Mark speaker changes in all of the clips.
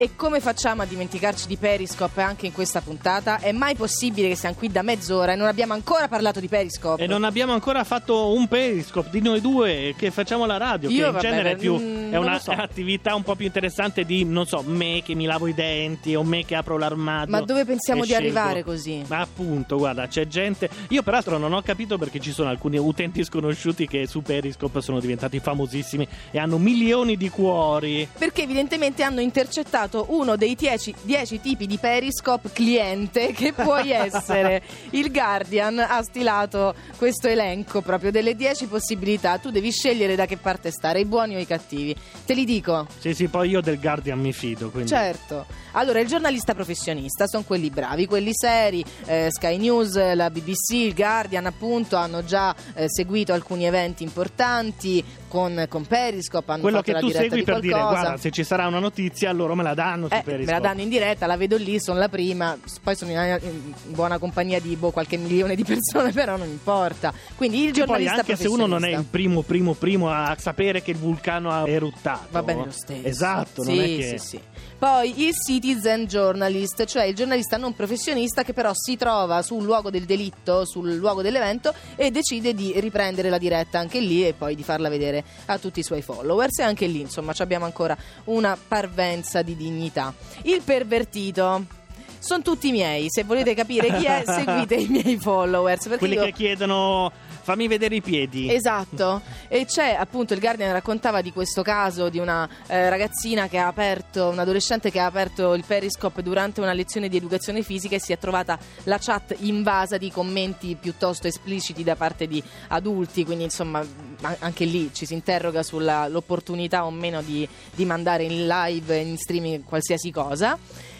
Speaker 1: E come facciamo a dimenticarci di Periscope anche in questa puntata? È mai possibile che siamo qui da mezz'ora e non abbiamo ancora parlato di Periscope?
Speaker 2: E non abbiamo ancora fatto un Periscope di noi due che facciamo la radio, che in genere è un'attività un po' più interessante di, non so, me che mi lavo i denti o me che apro l'armadio.
Speaker 1: Ma dove pensiamo di arrivare così?
Speaker 2: Ma appunto, guarda, c'è gente... Io peraltro non ho capito perché ci sono alcuni utenti sconosciuti che su Periscope sono diventati famosissimi e hanno milioni di cuori.
Speaker 1: Perché evidentemente hanno intercettato uno dei 10 tipi di Periscope cliente che puoi essere. Il Guardian ha stilato questo elenco proprio delle 10 possibilità. Tu devi scegliere da che parte stare, i buoni o i cattivi. Te li dico?
Speaker 2: Sì, poi io del Guardian mi fido, quindi.
Speaker 1: Certo. Allora, il giornalista professionista sono quelli bravi, quelli seri. Sky News, la BBC, il Guardian appunto hanno già seguito alcuni eventi importanti con Periscope, hanno
Speaker 2: quello
Speaker 1: fatto
Speaker 2: che
Speaker 1: la
Speaker 2: tu
Speaker 1: diretta
Speaker 2: segui
Speaker 1: di
Speaker 2: per
Speaker 1: qualcosa.
Speaker 2: dire, guarda, se ci sarà una notizia loro me la danno su Periscope.
Speaker 1: Me la danno in diretta, la vedo lì, sono la prima, poi sono in buona compagnia di qualche milione di persone, però non importa. Quindi il giornalista
Speaker 2: poi anche se uno non è il primo a sapere che il vulcano ha eruttato,
Speaker 1: va bene lo stesso.
Speaker 2: Esatto,
Speaker 1: sì,
Speaker 2: non è che...
Speaker 1: Sì. Poi il citizen journalist, cioè il giornalista non professionista che però si trova sul luogo del delitto, sul luogo dell'evento e decide di riprendere la diretta anche lì e poi di farla vedere a tutti i suoi followers. E anche lì, insomma, abbiamo ancora una parvenza di dignità. Il pervertito sono tutti miei, se volete capire chi è seguite i miei followers, perché
Speaker 2: quelli che chiedono fammi vedere i piedi.
Speaker 1: Esatto. E c'è appunto, il Guardian raccontava di questo caso di una ragazzina che ha aperto, un adolescente che ha aperto il Periscope durante una lezione di educazione fisica e si è trovata la chat invasa di commenti piuttosto espliciti da parte di adulti, quindi insomma anche lì ci si interroga sull'opportunità o meno di mandare in live, in streaming qualsiasi cosa.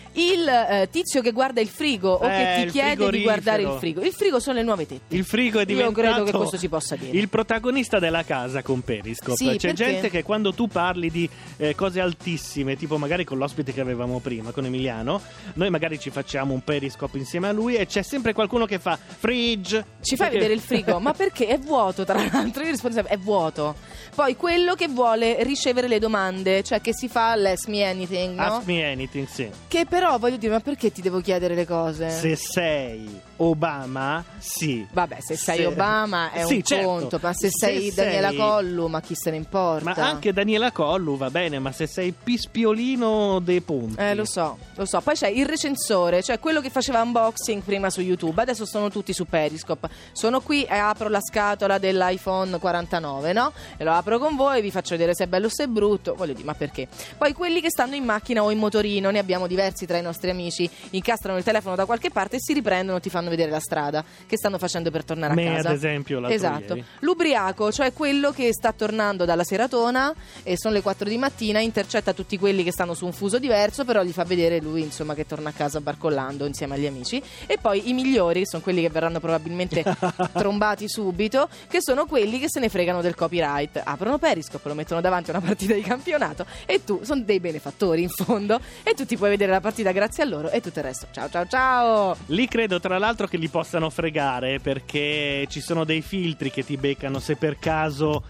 Speaker 1: Il tizio che guarda il frigo o che ti chiede di guardare il frigo. Il frigo sono le nuove tette.
Speaker 2: Il frigo è diventato,
Speaker 1: io credo che questo si possa dire,
Speaker 2: il protagonista della casa con Periscope.
Speaker 1: Sì,
Speaker 2: c'è
Speaker 1: perché?
Speaker 2: gente che quando tu parli di cose altissime, tipo magari con l'ospite che avevamo prima, con Emiliano, noi magari ci facciamo un Periscope insieme a lui e c'è sempre qualcuno che fa fridge.
Speaker 1: Ci fai vedere il frigo? Ma perché? È vuoto, tra l'altro. Io rispondo sempre, è vuoto. Poi quello che vuole ricevere le domande, cioè che si fa l'Ask Me Anything, no?
Speaker 2: Ask Me Anything, sì.
Speaker 1: Che però voglio dire, ma perché ti devo chiedere le cose?
Speaker 2: Se sei Obama, sì.
Speaker 1: Vabbè, se sei Obama è un conto, ma se sei Daniela Collu, ma chi se ne importa?
Speaker 2: Ma anche Daniela Collu va bene, ma se sei Pispiolino dei Ponti.
Speaker 1: Lo so. Poi c'è il recensore, cioè quello che faceva unboxing prima su YouTube, adesso sono tutti su Periscope. Sono qui e apro la scatola dell'iPhone 49, no? E lo apro con voi, vi faccio vedere se è bello o se è brutto. Voglio dire, ma perché? Poi quelli che stanno in macchina o in motorino, ne abbiamo diversi tra i nostri amici, incastrano il telefono da qualche parte e si riprendono, ti fanno vedere la strada che stanno facendo per tornare a casa.
Speaker 2: Ad esempio,
Speaker 1: esatto.
Speaker 2: Ieri.
Speaker 1: L'ubriaco, cioè quello che sta tornando dalla seratona e sono le 4 di mattina, intercetta tutti quelli che stanno su un fuso diverso, però gli fa vedere lui, insomma, che torna a casa barcollando insieme agli amici. E poi i migliori, che sono quelli che verranno probabilmente trombati subito, che sono quelli che se ne fregano del copyright. Aprono Periscope, lo mettono davanti a una partita di campionato e tu, sono dei benefattori in fondo, e tu ti puoi vedere la partita grazie a loro e tutto il resto. Ciao.
Speaker 2: Lì credo tra l'altro che li possano fregare, perché ci sono dei filtri che ti beccano se per caso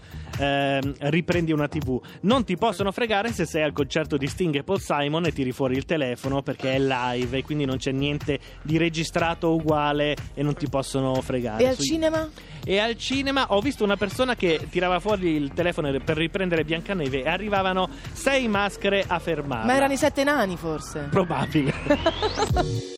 Speaker 2: riprendi una TV. Non ti possono fregare se sei al concerto di Sting e Paul Simon e tiri fuori il telefono perché è live e quindi non c'è niente di registrato uguale e non ti possono fregare.
Speaker 1: E al cinema?
Speaker 2: E al cinema ho visto una persona che tirava fuori il telefono per riprendere Biancaneve e arrivavano 6 maschere a fermarla.
Speaker 1: Ma erano i 7 nani forse?
Speaker 2: Probabile.